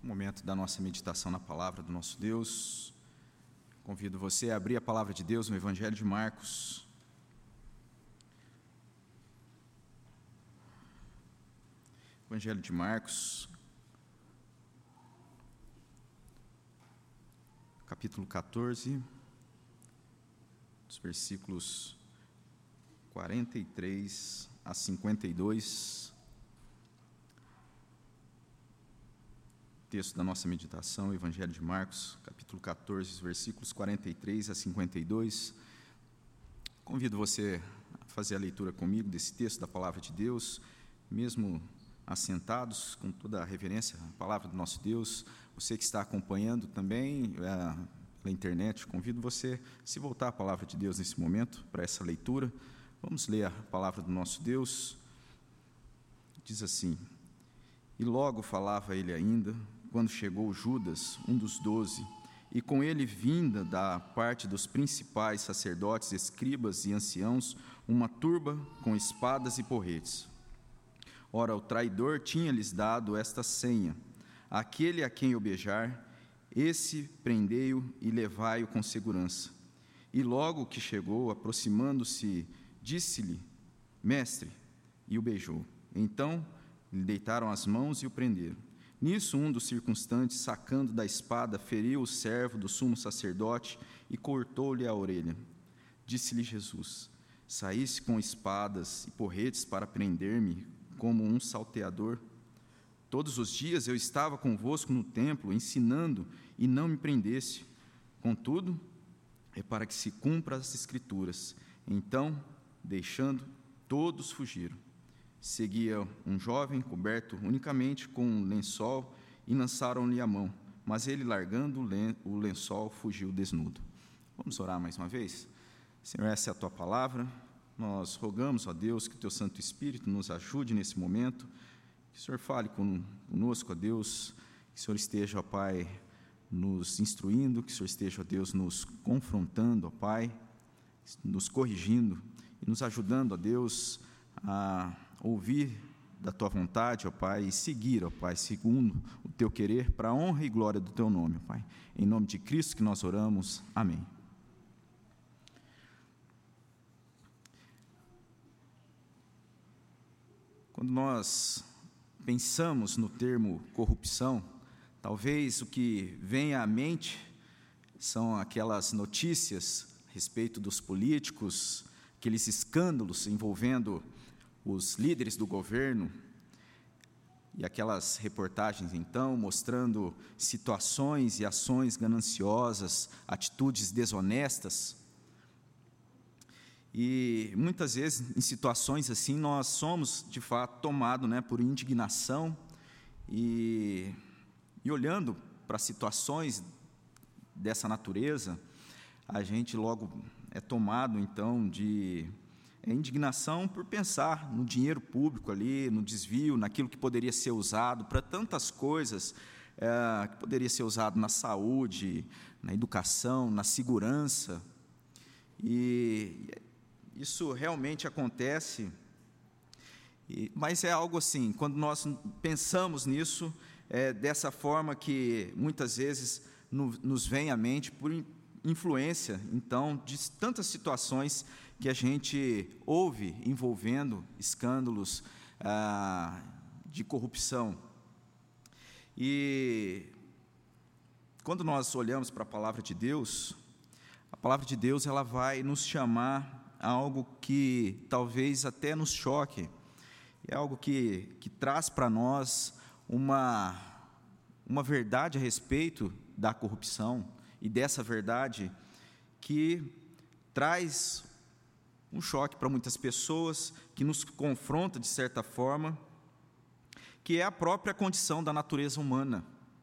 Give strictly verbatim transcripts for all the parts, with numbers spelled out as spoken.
Momento da nossa meditação na palavra do nosso Deus. Convido você a abrir a palavra de Deus no Evangelho de Marcos. Evangelho de Marcos, capítulo quatorze, dos versículos quarenta e três a cinquenta e dois. Texto da nossa meditação, Evangelho de Marcos, capítulo quatorze, versículos quarenta e três a cinquenta e dois. Convido você a fazer a leitura comigo desse texto da palavra de Deus, mesmo assentados, com toda a reverência à palavra do nosso Deus. Você que está acompanhando também é, pela internet, convido você a se voltar à palavra de Deus nesse momento, para essa leitura. Vamos ler a palavra do nosso Deus. Diz assim: E logo falava ele ainda, quando chegou Judas, um dos doze, e com ele vinda da parte dos principais sacerdotes, escribas e anciãos, uma turba com espadas e porretes. Ora, o traidor tinha-lhes dado esta senha: aquele a quem eu beijar, esse prendei-o e levai-o com segurança. E logo que chegou, aproximando-se, disse-lhe: Mestre, e o beijou. Então lhe deitaram as mãos e o prenderam. Nisso, um dos circunstantes, sacando da espada, feriu o servo do sumo sacerdote e cortou-lhe a orelha. Disse-lhe Jesus: Saísse com espadas e porretes para prender-me, como um salteador? Todos os dias eu estava convosco no templo, ensinando, e não me prendesse. Contudo, é para que se cumpra as Escrituras. Então, deixando, todos fugiram. Seguia um jovem coberto unicamente com um lençol e lançaram-lhe a mão, mas ele, largando o lençol, fugiu desnudo. Vamos orar mais uma vez? Senhor, essa é a Tua palavra. Nós rogamos, ó Deus, que o Teu Santo Espírito nos ajude nesse momento, que o Senhor fale conosco, ó Deus, que o Senhor esteja, ó Pai, nos instruindo, que o Senhor esteja, ó Deus, nos confrontando, ó Pai, nos corrigindo e nos ajudando, ó Deus, a ouvir da Tua vontade, ó Pai, e seguir, ó Pai, segundo o Teu querer, para a honra e glória do Teu nome, ó Pai. Em nome de Cristo que nós oramos. Amém. Quando nós pensamos no termo corrupção, talvez o que venha à mente são aquelas notícias a respeito dos políticos, aqueles escândalos envolvendo os líderes do governo, e aquelas reportagens, então, mostrando situações e ações gananciosas, atitudes desonestas. E muitas vezes, em situações assim, nós somos, de fato, tomados, né, por indignação, e, e olhando para situações dessa natureza, a gente logo é tomado, então, de é, indignação por pensar no dinheiro público ali, no desvio, naquilo que poderia ser usado para tantas coisas, é, que poderia ser usado na saúde, na educação, na segurança. E isso realmente acontece, e, mas é algo assim, quando nós pensamos nisso, é dessa forma que muitas vezes no, nos vem à mente por influência, então, de tantas situações que a gente ouve envolvendo escândalos ah, de corrupção. E quando nós olhamos para a palavra de Deus, a palavra de Deus ela vai nos chamar a algo que talvez até nos choque, é algo que, que traz para nós uma, uma verdade a respeito da corrupção, e dessa verdade que traz um choque para muitas pessoas, que nos confronta de certa forma, que é a própria condição da natureza humana.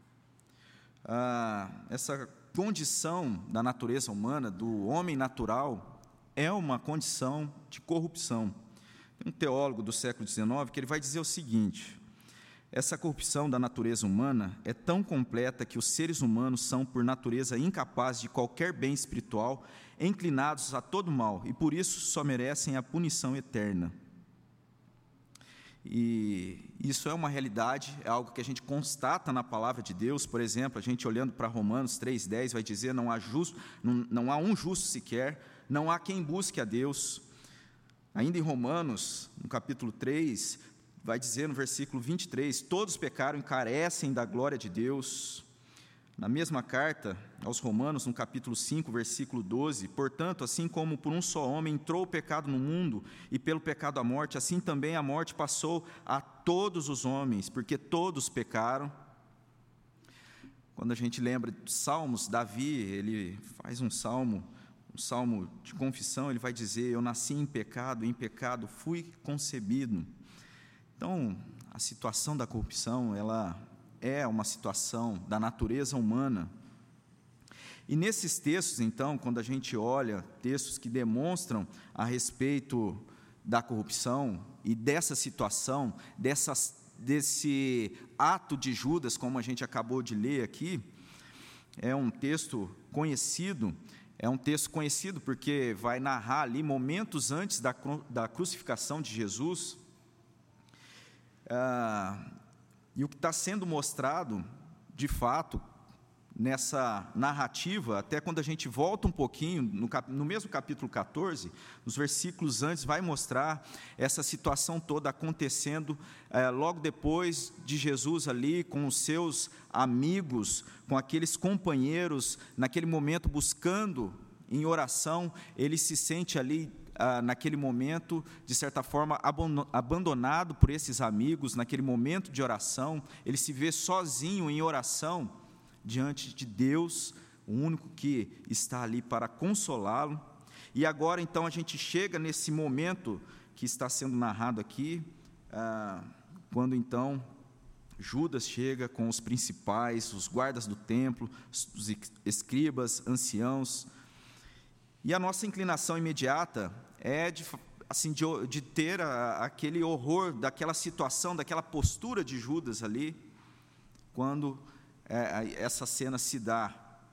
Ah, essa condição da natureza humana, do homem natural, é uma condição de corrupção. Tem um teólogo do século dezenove que ele vai dizer o seguinte: essa corrupção da natureza humana é tão completa que os seres humanos são, por natureza, incapazes de qualquer bem espiritual, inclinados a todo mal, e por isso só merecem a punição eterna. E isso é uma realidade, é algo que a gente constata na palavra de Deus. Por exemplo, a gente olhando para Romanos três, dez, vai dizer, não há, justo, não, não há um justo sequer, não há quem busque a Deus. Ainda em Romanos, no capítulo três, vai dizer no versículo vinte e três, todos pecaram e carecem da glória de Deus. Na mesma carta aos Romanos, no capítulo cinco, versículo doze, portanto, assim como por um só homem entrou o pecado no mundo, e pelo pecado a morte, assim também a morte passou a todos os homens, porque todos pecaram. Quando a gente lembra dos Salmos, Davi, ele faz um salmo, um salmo de confissão, ele vai dizer, eu nasci em pecado, em pecado fui concebido. Então, a situação da corrupção, ela é uma situação da natureza humana. E nesses textos, então, quando a gente olha textos que demonstram a respeito da corrupção e dessa situação, dessas, desse ato de Judas, como a gente acabou de ler aqui, é um texto conhecido, é um texto conhecido porque vai narrar ali momentos antes da, da crucificação de Jesus. Ah, E o que está sendo mostrado, de fato, nessa narrativa, até quando a gente volta um pouquinho, no, cap, no mesmo capítulo catorze, nos versículos antes, vai mostrar essa situação toda acontecendo é, logo depois de Jesus ali, com os seus amigos, com aqueles companheiros, naquele momento buscando em oração, ele se sente ali, Ah, naquele momento, de certa forma, abandonado por esses amigos, naquele momento de oração, ele se vê sozinho em oração, diante de Deus, o único que está ali para consolá-lo. E agora, então, a gente chega nesse momento que está sendo narrado aqui, ah, quando, então, Judas chega com os principais, os guardas do templo, os escribas, anciãos. E a nossa inclinação imediata é de, assim, de, de ter a, aquele horror daquela situação, daquela postura de Judas ali, quando é, essa cena se dá.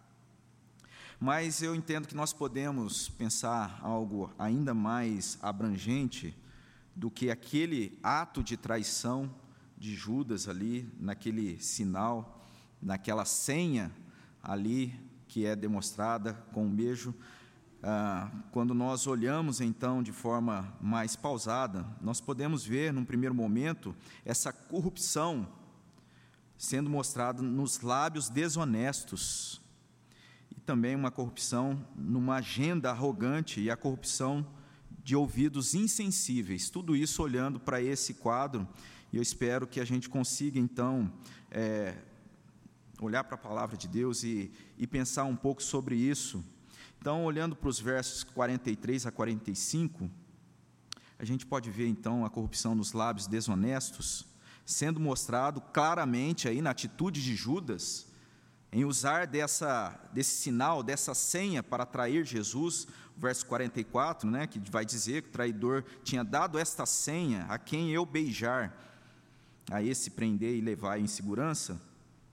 Mas eu entendo que nós podemos pensar algo ainda mais abrangente do que aquele ato de traição de Judas ali, naquele sinal, naquela senha ali que é demonstrada com um beijo. Ah, quando nós olhamos, então, de forma mais pausada, nós podemos ver, num primeiro momento, essa corrupção sendo mostrada nos lábios desonestos, e também uma corrupção numa agenda arrogante e a corrupção de ouvidos insensíveis. Tudo isso olhando para esse quadro, e eu espero que a gente consiga, então, é, olhar para a palavra de Deus e, e pensar um pouco sobre isso. Então, olhando para os versos quarenta e três a quarenta e cinco, a gente pode ver, então, a corrupção nos lábios desonestos, sendo mostrado claramente aí na atitude de Judas, em usar dessa, desse sinal, dessa senha para atrair Jesus. O verso quarenta e quatro, né, que vai dizer que o traidor tinha dado esta senha a quem eu beijar, a esse prender e levar em segurança.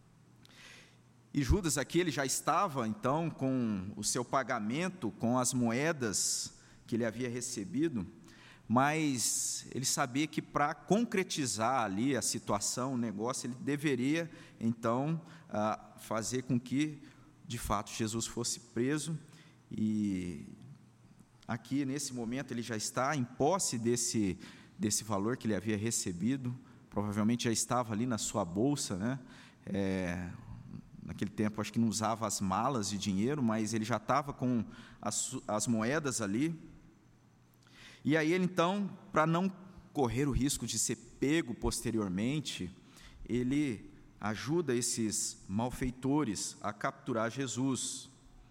E Judas aqui, ele já estava, então, com o seu pagamento, com as moedas que ele havia recebido, mas ele sabia que para concretizar ali a situação, o negócio, ele deveria, então, fazer com que, de fato, Jesus fosse preso. E aqui, nesse momento, ele já está em posse desse, desse valor que ele havia recebido, provavelmente já estava ali na sua bolsa, né? É, naquele tempo, acho que não usava as malas de dinheiro, mas ele já estava com as, as moedas ali. E aí ele, então, para não correr o risco de ser pego posteriormente, ele ajuda esses malfeitores a capturar Jesus.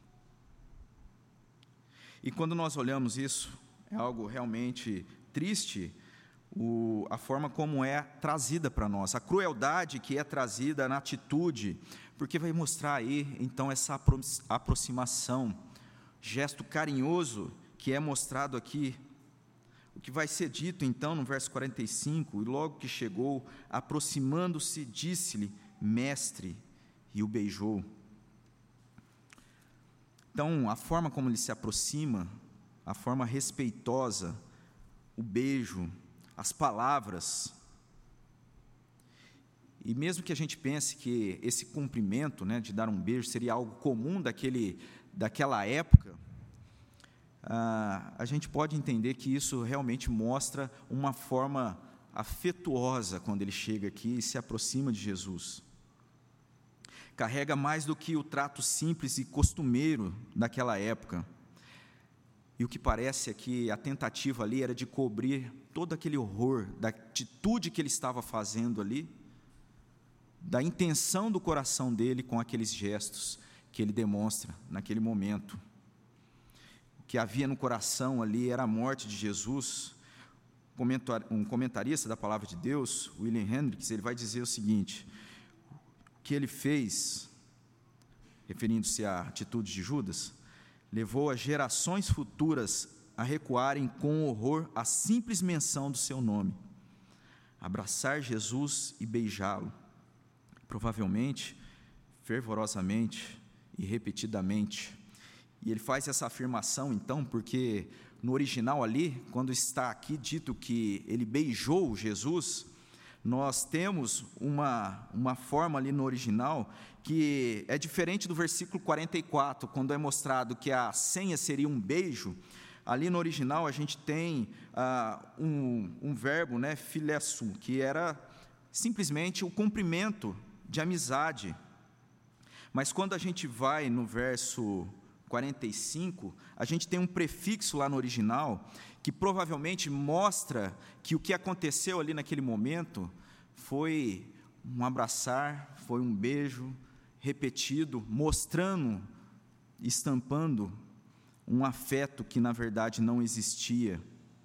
E quando nós olhamos isso, é algo realmente triste, o, a forma como é trazida para nós, a crueldade que é trazida na atitude, porque vai mostrar aí, então, essa apro aproximação, gesto carinhoso que é mostrado aqui. O que vai ser dito, então, no verso quarenta e cinco, e logo que chegou, aproximando-se, disse-lhe, mestre, e o beijou. Então, a forma como ele se aproxima, a forma respeitosa, o beijo, as palavras, E mesmo que a gente pense que esse cumprimento, né, de dar um beijo seria algo comum daquele, daquela época, ah, a gente pode entender que isso realmente mostra uma forma afetuosa quando ele chega aqui e se aproxima de Jesus. Carrega mais do que o trato simples e costumeiro daquela época. E o que parece é que a tentativa ali era de cobrir todo aquele horror da atitude que ele estava fazendo ali, da intenção do coração dele com aqueles gestos que ele demonstra naquele momento. O que havia no coração ali era a morte de Jesus. Um comentarista da Palavra de Deus, William Hendricks, ele vai dizer o seguinte: o que ele fez, referindo-se à atitude de Judas, levou as gerações futuras a recuarem com horror a simples menção do seu nome, abraçar Jesus e beijá-lo, provavelmente, fervorosamente e repetidamente. E ele faz essa afirmação, então, porque no original ali, quando está aqui dito que ele beijou Jesus, nós temos uma, uma forma ali no original que é diferente do versículo quarenta e quatro, quando é mostrado que a senha seria um beijo. Ali no original a gente tem ah, um, um verbo, né, philesu, que era simplesmente o cumprimento de amizade. Mas quando a gente vai no verso quarenta e cinco, a gente tem um prefixo lá no original, que provavelmente mostra que o que aconteceu ali naquele momento foi um abraçar, foi um beijo repetido, mostrando, estampando um afeto que na verdade não existia.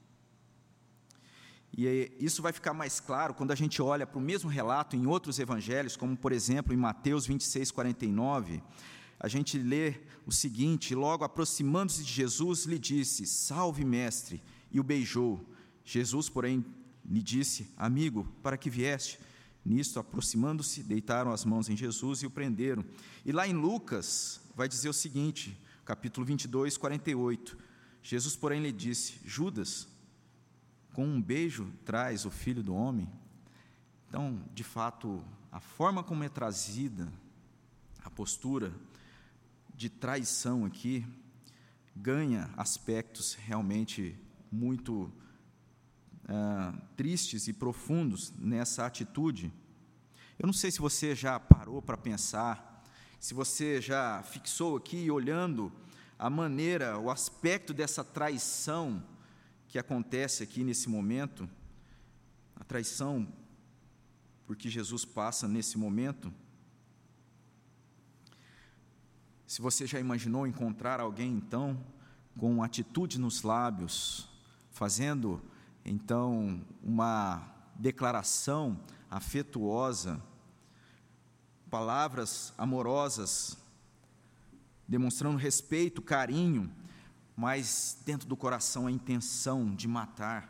E isso vai ficar mais claro quando a gente olha para o mesmo relato em outros evangelhos, como por exemplo em Mateus vinte e seis, quarenta e nove, a gente lê o seguinte: logo aproximando-se de Jesus, lhe disse, salve mestre, e o beijou. Jesus, porém, lhe disse, amigo, para que vieste? Nisto, aproximando-se, deitaram as mãos em Jesus e o prenderam. E lá em Lucas, vai dizer o seguinte, capítulo vinte e dois, quarenta e oito, Jesus, porém, lhe disse, Judas, com um beijo traz o Filho do Homem? Então, de fato, a forma como é trazida a postura de traição aqui ganha aspectos realmente muito ah, tristes e profundos nessa atitude. Eu não sei se você já parou para pensar, se você já fixou aqui olhando a maneira, o aspecto dessa traição que acontece aqui nesse momento, a traição porque Jesus passa nesse momento. Se você já imaginou encontrar alguém, então, com atitude nos lábios, fazendo, então, uma declaração afetuosa, palavras amorosas, demonstrando respeito, carinho, mas dentro do coração a intenção de matar.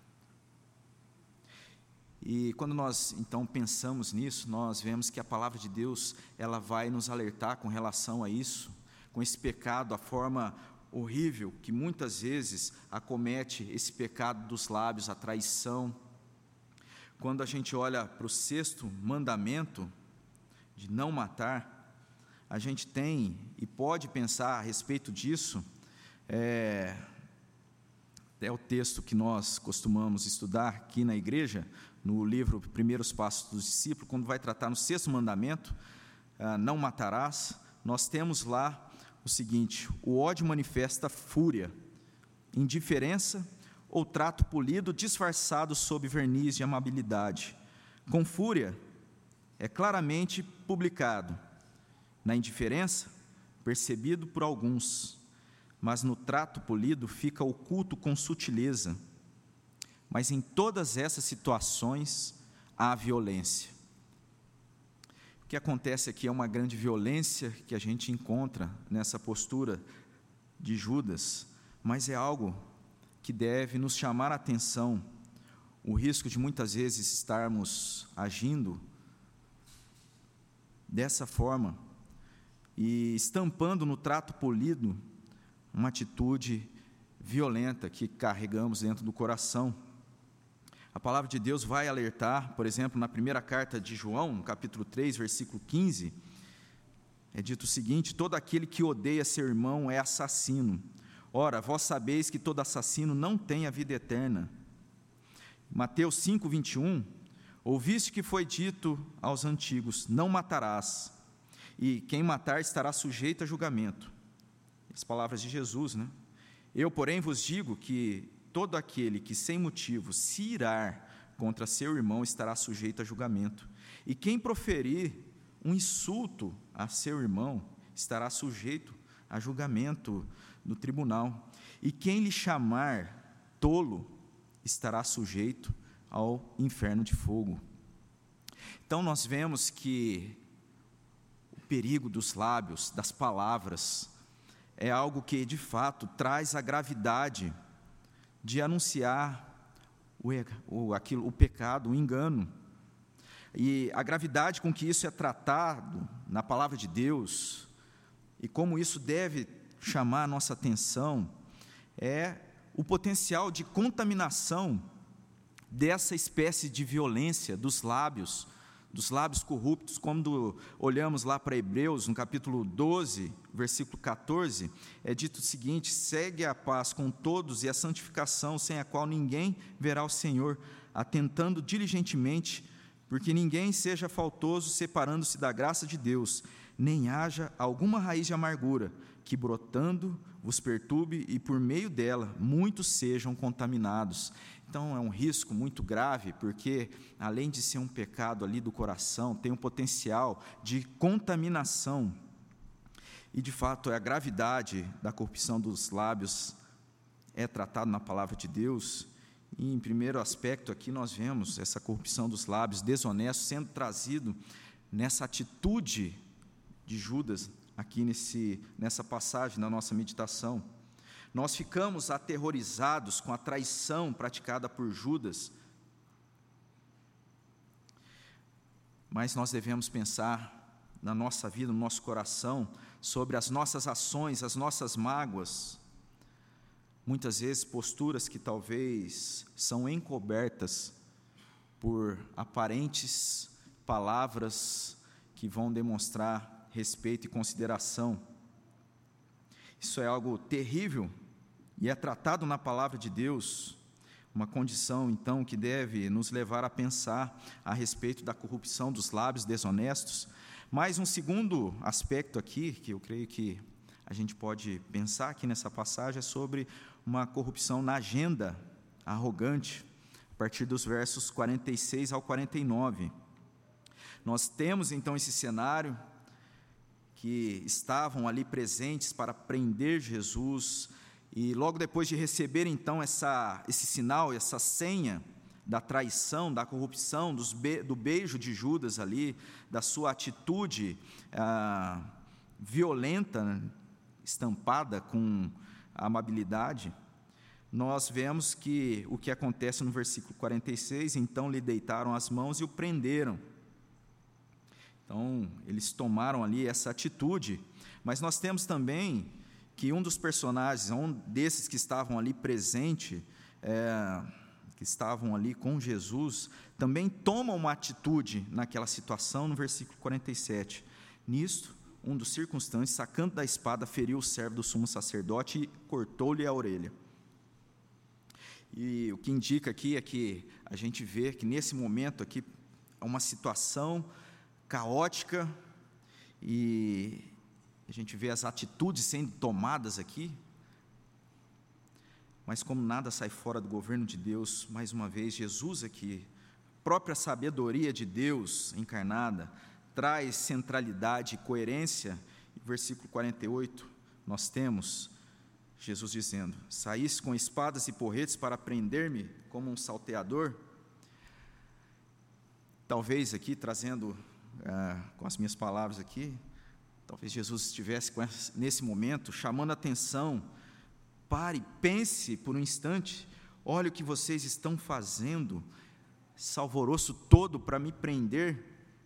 E quando nós, então, pensamos nisso, nós vemos que a palavra de Deus, ela vai nos alertar com relação a isso, com esse pecado, a forma horrível que muitas vezes acomete esse pecado dos lábios, a traição. Quando a gente olha para o sexto mandamento, de não matar, a gente tem e pode pensar a respeito disso, é, é o texto que nós costumamos estudar aqui na igreja, no livro Primeiros Passos dos Discípulos, quando vai tratar no sexto mandamento, ah, não matarás, nós temos lá o seguinte: o ódio manifesta fúria, indiferença ou trato polido disfarçado sob verniz de amabilidade. Com fúria, é claramente publicado, na indiferença, percebido por alguns, mas no trato polido fica oculto com sutileza. Mas em todas essas situações há violência. O que acontece aqui é uma grande violência que a gente encontra nessa postura de Judas, mas é algo que deve nos chamar a atenção, o risco de muitas vezes estarmos agindo dessa forma e estampando no trato polido uma atitude violenta que carregamos dentro do coração. A palavra de Deus vai alertar, por exemplo, na primeira carta de João, no capítulo três, versículo quinze, é dito o seguinte: todo aquele que odeia seu irmão é assassino. Ora, vós sabeis que todo assassino não tem a vida eterna. Mateus cinco, vinte e um, ouviste que foi dito aos antigos, não matarás, e quem matar estará sujeito a julgamento. As palavras de Jesus, né? Eu, porém, vos digo que todo aquele que sem motivo se irar contra seu irmão estará sujeito a julgamento. E quem proferir um insulto a seu irmão estará sujeito a julgamento no tribunal. E quem lhe chamar tolo estará sujeito ao inferno de fogo. Então nós vemos que o perigo dos lábios, das palavras, é algo que de fato traz a gravidade de anunciar o, o, aquilo, o pecado, o engano. E a gravidade com que isso é tratado na palavra de Deus, e como isso deve chamar a nossa atenção, é o potencial de contaminação dessa espécie de violência dos lábios, dos lábios corruptos. Quando olhamos lá para Hebreus, no capítulo doze, versículo catorze, é dito o seguinte: segue a paz com todos e a santificação, sem a qual ninguém verá o Senhor, atentando diligentemente, porque ninguém seja faltoso, separando-se da graça de Deus, nem haja alguma raiz de amargura, que brotando vos perturbe, e por meio dela muitos sejam contaminados. Então é um risco muito grave, porque além de ser um pecado ali do coração, tem um potencial de contaminação. E de fato a gravidade da corrupção dos lábios é tratada na palavra de Deus. E em primeiro aspecto aqui nós vemos essa corrupção dos lábios desonestos sendo trazido nessa atitude de Judas, aqui nesse, nessa passagem da nossa meditação. Nós ficamos aterrorizados com a traição praticada por Judas, mas nós devemos pensar na nossa vida, no nosso coração, sobre as nossas ações, as nossas mágoas, muitas vezes posturas que talvez são encobertas por aparentes palavras que vão demonstrar respeito e consideração. Isso é algo terrível e é tratado na palavra de Deus, uma condição então que deve nos levar a pensar a respeito da corrupção dos lábios desonestos. Mas um segundo aspecto aqui, que eu creio que a gente pode pensar aqui nessa passagem, é sobre uma corrupção na agenda arrogante, a partir dos versos quarenta e seis ao quarenta e nove. Nós temos então esse cenário que estavam ali presentes para prender Jesus, e logo depois de receber então essa, esse sinal, essa senha da traição, da corrupção, dos be, do beijo de Judas ali, da sua atitude ah, violenta, estampada com amabilidade, nós vemos que o que acontece no versículo quarenta e seis: então lhe deitaram as mãos e o prenderam. Então, eles tomaram ali essa atitude, mas nós temos também que um dos personagens, um desses que estavam ali presente, é, que estavam ali com Jesus, também toma uma atitude naquela situação, no versículo quarenta e sete. Nisto, um dos circunstantes, sacando da espada, feriu o servo do sumo sacerdote e cortou-lhe a orelha. E o que indica aqui é que a gente vê que nesse momento aqui é uma situação caótica, e a gente vê as atitudes sendo tomadas aqui, mas como nada sai fora do governo de Deus, mais uma vez, Jesus aqui, própria sabedoria de Deus encarnada, traz centralidade e coerência. Versículo quarenta e oito, nós temos Jesus dizendo: saísse com espadas e porretes para prender-me como um salteador. Talvez aqui, trazendo ah, com as minhas palavras aqui, talvez Jesus estivesse com essa, nesse momento, chamando a atenção: pare, pense por um instante, olha o que vocês estão fazendo, esse alvoroço todo para me prender.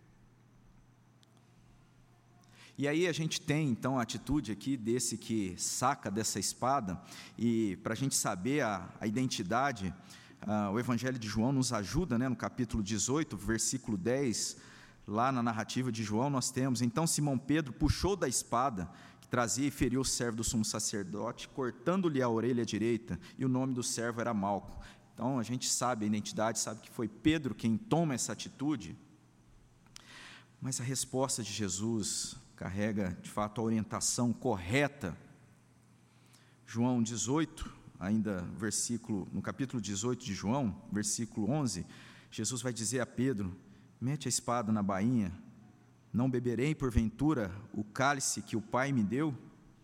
E aí a gente tem então a atitude aqui desse que saca dessa espada, e para a gente saber a, a identidade, Ah, o Evangelho de João nos ajuda, né, no capítulo dezoito, versículo dez, lá na narrativa de João nós temos: então Simão Pedro puxou da espada que trazia e feriu o servo do sumo sacerdote, cortando-lhe a orelha direita, e o nome do servo era Malco. Então a gente sabe a identidade, sabe que foi Pedro quem toma essa atitude, mas a resposta de Jesus carrega de fato a orientação correta. João dezoito, ainda versículo, no capítulo dezoito de João, versículo onze, Jesus vai dizer a Pedro: mete a espada na bainha, não beberei porventura o cálice que o Pai me deu?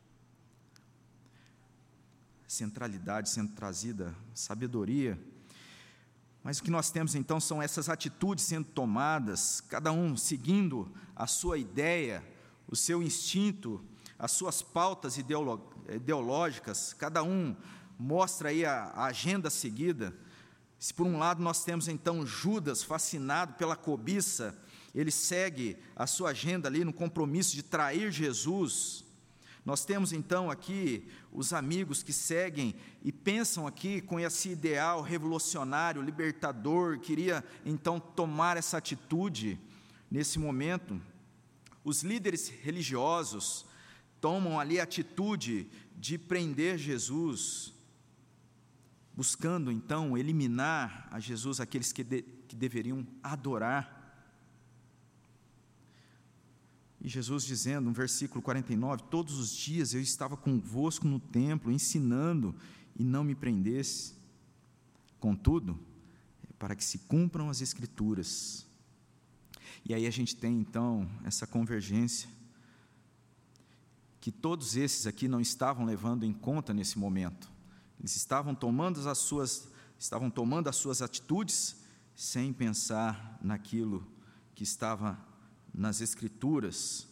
Centralidade sendo trazida, sabedoria. Mas o que nós temos então são essas atitudes sendo tomadas, cada um seguindo a sua ideia, o seu instinto, as suas pautas ideológicas, cada um mostra aí a, a agenda seguida. Se por um lado nós temos então Judas fascinado pela cobiça, ele segue a sua agenda ali no compromisso de trair Jesus. Nós temos então aqui os amigos que seguem e pensam aqui com esse ideal revolucionário, libertador, queria então tomar essa atitude nesse momento. Os líderes religiosos tomam ali a atitude de prender Jesus, buscando então eliminar a Jesus aqueles que, de, que deveriam adorar. E Jesus dizendo, no versículo quarenta e nove, todos os dias eu estava convosco no templo, ensinando, e não me prendesse. Contudo, é para que se cumpram as Escrituras. E aí a gente tem então essa convergência, que todos esses aqui não estavam levando em conta nesse momento. Eles estavam tomando as suas, estavam tomando as suas atitudes sem pensar naquilo que estava nas Escrituras.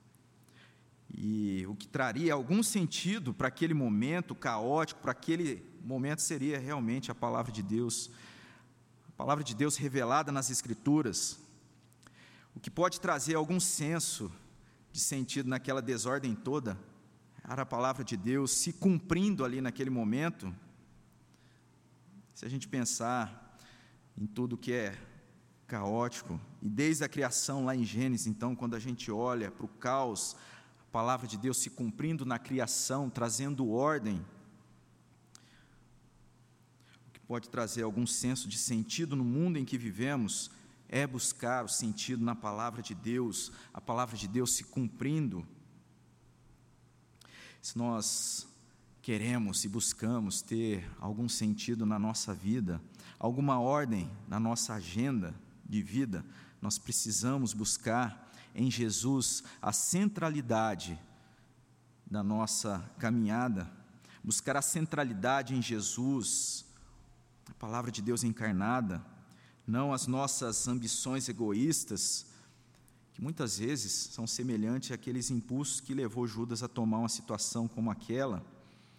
E o que traria algum sentido para aquele momento caótico, para aquele momento, seria realmente a palavra de Deus, a palavra de Deus revelada nas Escrituras. O que pode trazer algum senso de sentido naquela desordem toda era a palavra de Deus se cumprindo ali naquele momento. Se a gente pensar em tudo que é caótico, e desde a criação lá em Gênesis, então, quando a gente olha para o caos, a palavra de Deus se cumprindo na criação, trazendo ordem, o que pode trazer algum senso de sentido no mundo em que vivemos é buscar o sentido na palavra de Deus, a palavra de Deus se cumprindo. Se nós queremos e buscamos ter algum sentido na nossa vida, alguma ordem na nossa agenda de vida, nós precisamos buscar em Jesus a centralidade da nossa caminhada, buscar a centralidade em Jesus, a palavra de Deus encarnada, não as nossas ambições egoístas, que muitas vezes são semelhantes àqueles impulsos que levou Judas a tomar uma situação como aquela.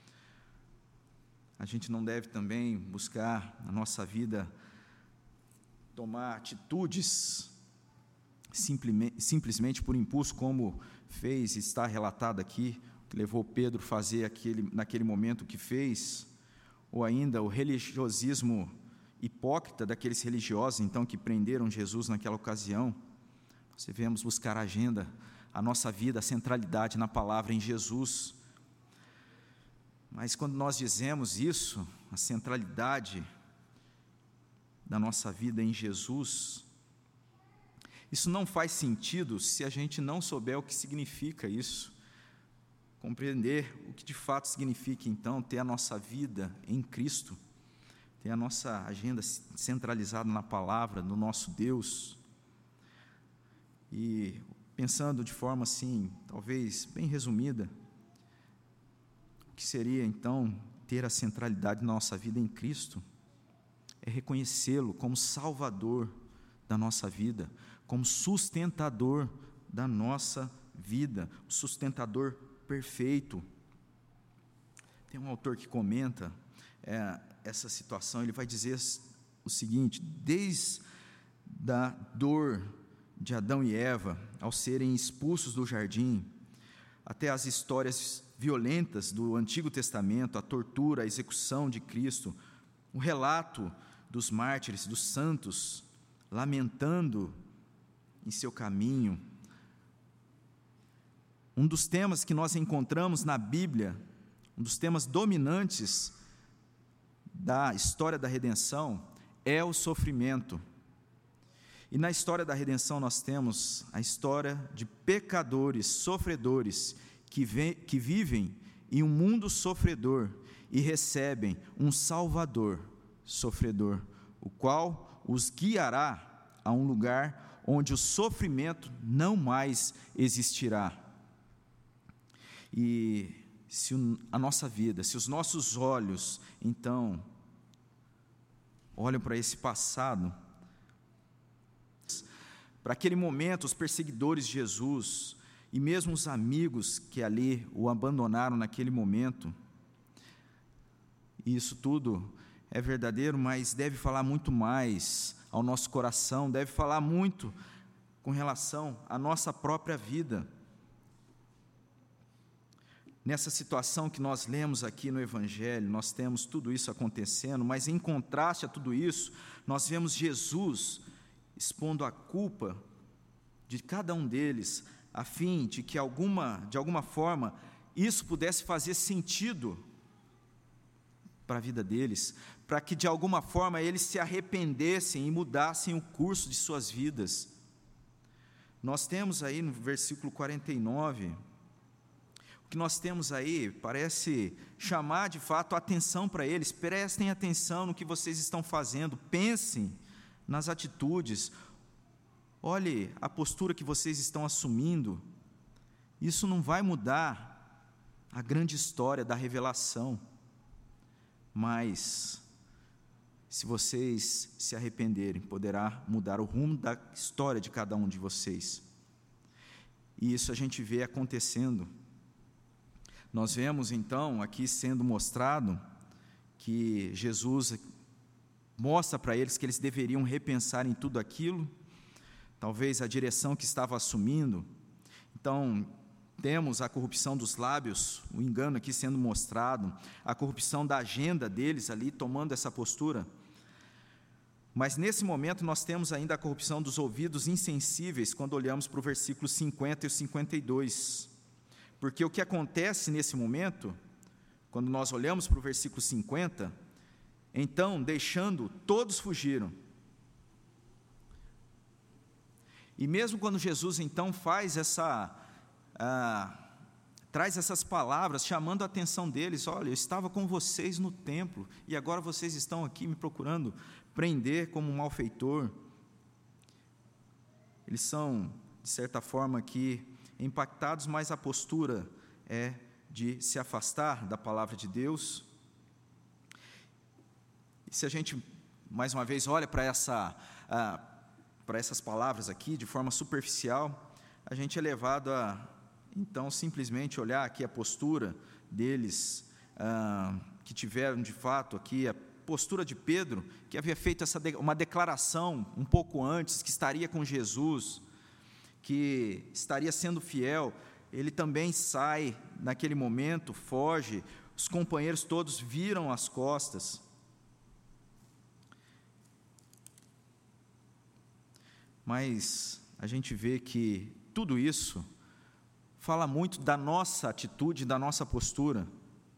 A gente não deve também buscar na nossa vida tomar atitudes simplesmente, simplesmente por impulso, como fez e está relatado aqui, que levou Pedro a fazer aquele, naquele momento o que fez, ou ainda o religiosismo hipócrita daqueles religiosos, então, que prenderam Jesus naquela ocasião. Nós devemos buscar a agenda, a nossa vida, a centralidade na palavra em Jesus. Mas quando nós dizemos isso, a centralidade da nossa vida em Jesus, isso não faz sentido se a gente não souber o que significa isso, compreender o que de fato significa, então, ter a nossa vida em Cristo, ter a nossa agenda centralizada na palavra, no nosso Deus. E pensando de forma assim, talvez bem resumida, o que seria então ter a centralidade na nossa vida em Cristo? É reconhecê-lo como Salvador da nossa vida, como sustentador da nossa vida, o sustentador perfeito. Tem um autor que comenta é, essa situação, ele vai dizer o seguinte: desde a dor de Adão e Eva ao serem expulsos do jardim, até as histórias violentas do Antigo Testamento, a tortura, a execução de Cristo, o relato dos mártires, dos santos, lamentando em seu caminho. Um dos temas que nós encontramos na Bíblia, um dos temas dominantes da história da redenção, é o sofrimento. E na história da redenção nós temos a história de pecadores, sofredores, que, vem, que vivem em um mundo sofredor e recebem um Salvador sofredor, o qual os guiará a um lugar onde o sofrimento não mais existirá. E se a nossa vida, se os nossos olhos, então, olham para esse passado, para aquele momento, os perseguidores de Jesus, e mesmo os amigos que ali o abandonaram naquele momento, e isso tudo é verdadeiro, mas deve falar muito mais ao nosso coração, deve falar muito com relação à nossa própria vida. Nessa situação que nós lemos aqui no Evangelho, nós temos tudo isso acontecendo, mas em contraste a tudo isso, nós vemos Jesus expondo a culpa de cada um deles, a fim de que alguma, de alguma forma isso pudesse fazer sentido para a vida deles, para que de alguma forma eles se arrependessem e mudassem o curso de suas vidas. Nós temos aí no versículo quarenta e nove, o que nós temos aí parece chamar de fato a atenção para eles. Prestem atenção no que vocês estão fazendo, pensem nas atitudes, olhe a postura que vocês estão assumindo. Isso não vai mudar a grande história da revelação, mas se vocês se arrependerem, poderá mudar o rumo da história de cada um de vocês. E isso a gente vê acontecendo. Nós vemos então aqui sendo mostrado que Jesus mostra para eles que eles deveriam repensar em tudo aquilo, talvez a direção que estava assumindo. Então, temos a corrupção dos lábios, o engano aqui sendo mostrado, a corrupção da agenda deles ali, tomando essa postura. Mas nesse momento nós temos ainda a corrupção dos ouvidos insensíveis, quando olhamos para o versículo cinquenta e o cinquenta e dois. Porque o que acontece nesse momento, quando nós olhamos para o versículo cinquenta, então, deixando, todos fugiram. E mesmo quando Jesus então faz essa, ah, traz essas palavras, chamando a atenção deles, olha, eu estava com vocês no templo, e agora vocês estão aqui me procurando prender como um malfeitor. Eles são, de certa forma, aqui impactados, mas a postura é de se afastar da palavra de Deus. E se a gente, mais uma vez, olha para essa, ah, para essas palavras aqui, de forma superficial, a gente é levado a, então, simplesmente olhar aqui a postura deles, ah, que tiveram, de fato, aqui a postura de Pedro, que havia feito essa, uma declaração um pouco antes, que estaria com Jesus, que estaria sendo fiel. Ele também sai naquele momento, foge, os companheiros todos viram as costas. Mas a gente vê que tudo isso fala muito da nossa atitude, da nossa postura.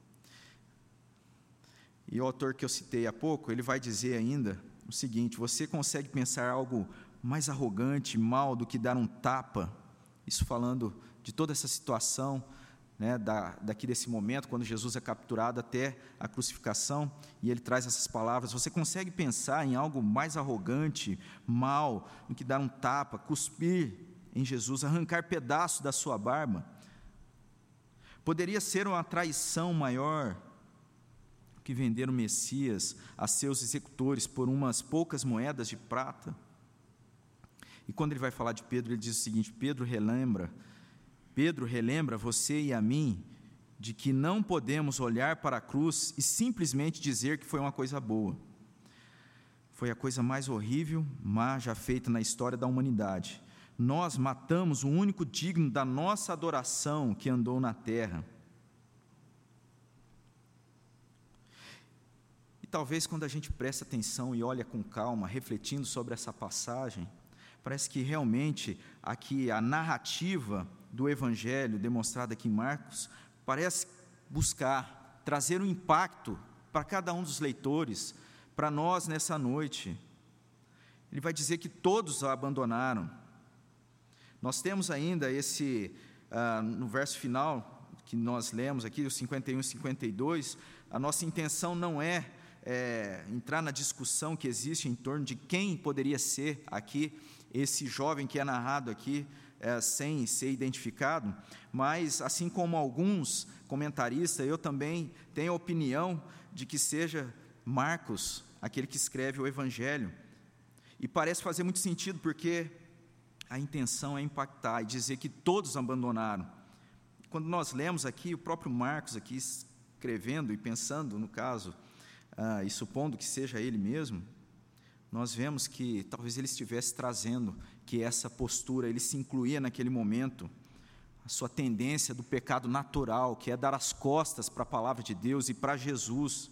E o autor que eu citei há pouco, ele vai dizer ainda o seguinte: você consegue pensar algo mais arrogante, mal, do que dar um tapa? Isso falando de toda essa situação, né, da, daqui desse momento, quando Jesus é capturado até a crucificação, e ele traz essas palavras. Você consegue pensar em algo mais arrogante, mal, do que dar um tapa, cuspir em Jesus, arrancar pedaços da sua barba? Poderia ser uma traição maior que vender o Messias a seus executores por umas poucas moedas de prata? E quando ele vai falar de Pedro, ele diz o seguinte: Pedro relembra, Pedro relembra você e a mim de que não podemos olhar para a cruz e simplesmente dizer que foi uma coisa boa. Foi a coisa mais horrível, má já feita na história da humanidade. Nós matamos o único digno da nossa adoração que andou na terra. talvez quando a gente presta atenção e olha com calma, refletindo sobre essa passagem, parece que realmente aqui a narrativa do Evangelho demonstrada aqui em Marcos parece buscar trazer um impacto para cada um dos leitores, para nós nessa noite. Ele vai dizer que todos a abandonaram. Nós temos ainda esse, ah, no verso final, que nós lemos aqui, os cinquenta e um e cinquenta e dois, a nossa intenção não é, é entrar na discussão que existe em torno de quem poderia ser aqui esse jovem que é narrado aqui, é, sem ser identificado, mas, assim como alguns comentaristas, eu também tenho a opinião de que seja Marcos, aquele que escreve o Evangelho, e parece fazer muito sentido, porque a intenção é impactar e dizer que todos abandonaram. Quando nós lemos aqui, o próprio Marcos aqui escrevendo e pensando no caso, ah, e supondo que seja ele mesmo, nós vemos que talvez ele estivesse trazendo que essa postura, ele se incluía naquele momento, a sua tendência do pecado natural, que é dar as costas para a palavra de Deus e para Jesus.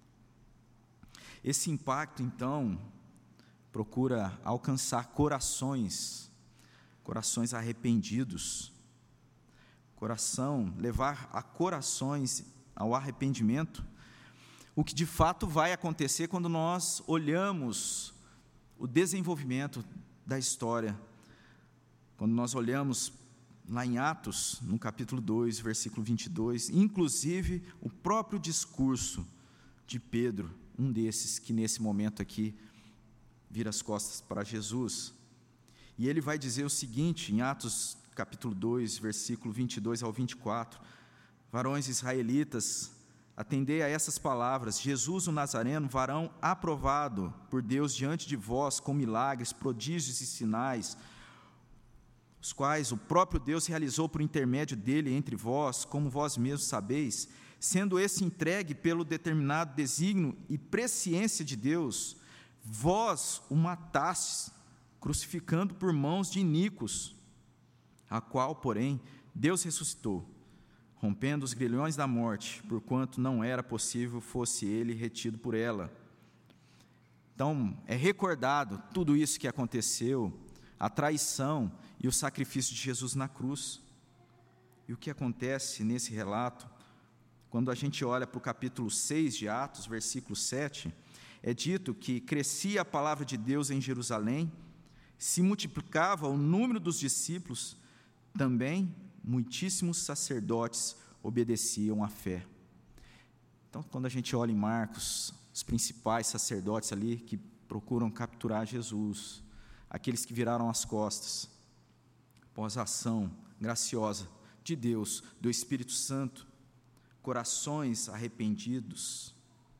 Esse impacto, então, procura alcançar corações, corações arrependidos, coração, levar a corações ao arrependimento, o que de fato vai acontecer quando nós olhamos o desenvolvimento da história, quando nós olhamos lá em Atos, no capítulo dois, versículo vinte e dois, inclusive o próprio discurso de Pedro, um desses que nesse momento aqui vira as costas para Jesus, e ele vai dizer o seguinte, em Atos capítulo dois, versículo vinte e dois ao vinte e quatro, varões israelitas, atendei a essas palavras, Jesus o Nazareno, varão aprovado por Deus diante de vós, com milagres, prodígios e sinais, os quais o próprio Deus realizou por intermédio dele entre vós, como vós mesmos sabeis, sendo esse entregue pelo determinado desígnio e presciência de Deus, vós o matastes, crucificando por mãos de iníquos, a qual, porém, Deus ressuscitou, rompendo os grilhões da morte, porquanto não era possível fosse ele retido por ela. Então, é recordado tudo isso que aconteceu, a traição e o sacrifício de Jesus na cruz. E o que acontece nesse relato, quando a gente olha para o capítulo seis de Atos, versículo sete, é dito que crescia a palavra de Deus em Jerusalém, se multiplicava o número dos discípulos, também muitíssimos sacerdotes obedeciam à fé. Então, quando a gente olha em Marcos, os principais sacerdotes ali que procuram capturar Jesus, aqueles que viraram as costas, após a ação graciosa de Deus, do Espírito Santo, corações arrependidos,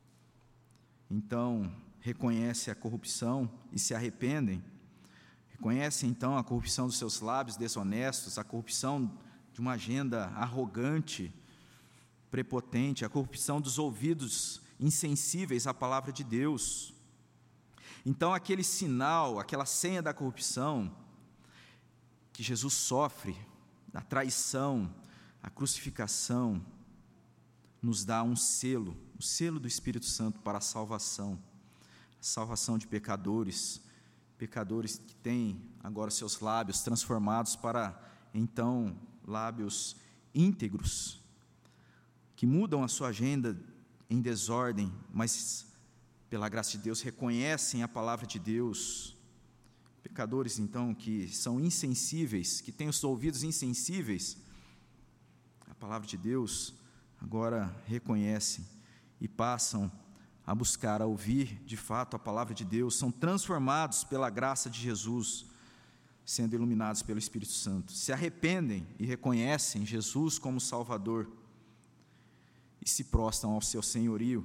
então reconhecem a corrupção e se arrependem, reconhecem então a corrupção dos seus lábios desonestos, a corrupção de uma agenda arrogante, prepotente, a corrupção dos ouvidos insensíveis à palavra de Deus. Então, aquele sinal, aquela senha da corrupção que Jesus sofre, a traição, a crucificação, nos dá um selo, o selo do Espírito Santo para a salvação, a salvação de pecadores, pecadores que têm agora seus lábios transformados para, então, lábios íntegros, que mudam a sua agenda em desordem, mas, pela graça de Deus, reconhecem a palavra de Deus. Pecadores, então, que são insensíveis, que têm os ouvidos insensíveis à palavra de Deus, agora reconhecem e passam a buscar, a ouvir, de fato, a palavra de Deus, são transformados pela graça de Jesus, sendo iluminados pelo Espírito Santo, se arrependem e reconhecem Jesus como Salvador e se prostram ao seu senhorio.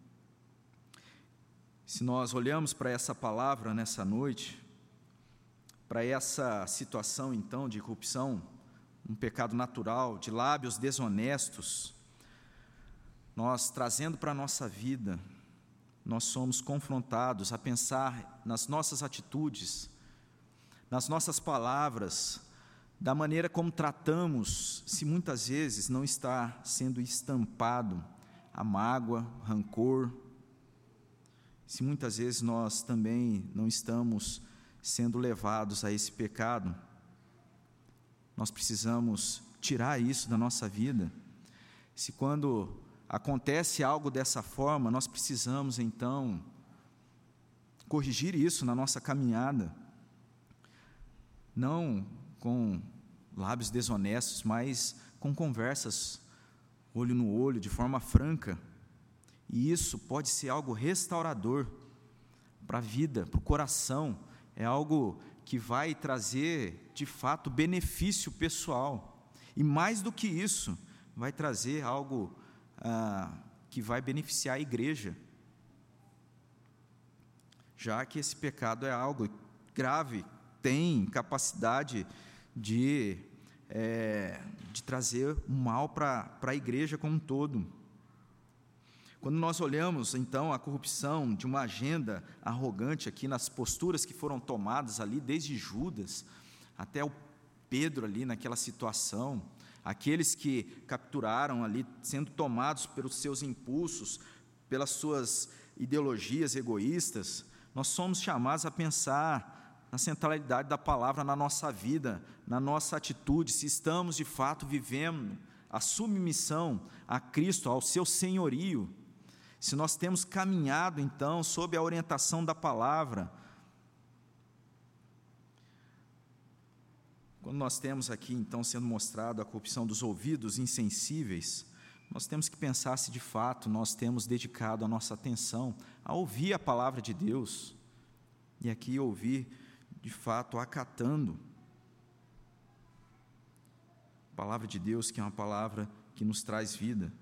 Se nós olhamos para essa palavra nessa noite, para essa situação então de corrupção, um pecado natural, de lábios desonestos, nós trazendo para a nossa vida, nós somos confrontados a pensar nas nossas atitudes, nas nossas palavras, da maneira como tratamos, se muitas vezes não está sendo estampado a mágoa, rancor, se muitas vezes nós também não estamos sendo levados a esse pecado, nós precisamos tirar isso da nossa vida. Se quando acontece algo dessa forma, nós precisamos então corrigir isso na nossa caminhada, não com lábios desonestos, mas com conversas olho no olho, de forma franca. E isso pode ser algo restaurador para a vida, para o coração. É algo que vai trazer, de fato, benefício pessoal. E mais do que isso, vai trazer algo ah, que vai beneficiar a igreja. Já que esse pecado é algo grave, tem capacidade de, é, de trazer um mal para a igreja como um todo. Quando nós olhamos, então, a corrupção de uma agenda arrogante aqui nas posturas que foram tomadas ali, desde Judas até o Pedro ali naquela situação, aqueles que capturaram ali, sendo tomados pelos seus impulsos, pelas suas ideologias egoístas, nós somos chamados a pensar na centralidade da palavra na nossa vida, na nossa atitude, se estamos de fato vivendo a submissão a Cristo, ao seu senhorio, se nós temos caminhado, então, sob a orientação da palavra. Quando nós temos aqui, então, sendo mostrado a corrupção dos ouvidos insensíveis, nós temos que pensar se, de fato, nós temos dedicado a nossa atenção a ouvir a palavra de Deus, e aqui ouvir, de fato, acatando a palavra de Deus, que é uma palavra que nos traz vida.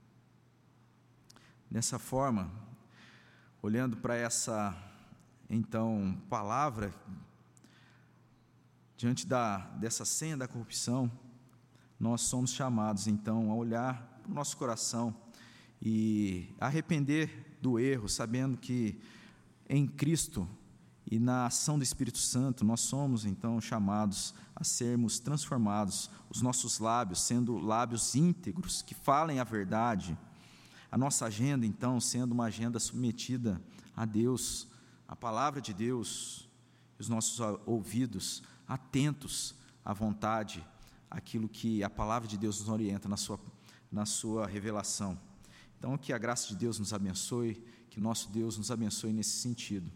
Dessa forma, olhando para essa, então, palavra, diante da, dessa senha da corrupção, nós somos chamados, então, a olhar para o nosso coração e arrepender do erro, sabendo que em Cristo e na ação do Espírito Santo, nós somos, então, chamados a sermos transformados, os nossos lábios sendo lábios íntegros, que falem a verdade, a nossa agenda, então, sendo uma agenda submetida a Deus, a palavra de Deus, os nossos ouvidos atentos à vontade, aquilo que a palavra de Deus nos orienta na sua, na sua revelação. Então, que a graça de Deus nos abençoe, que nosso Deus nos abençoe nesse sentido.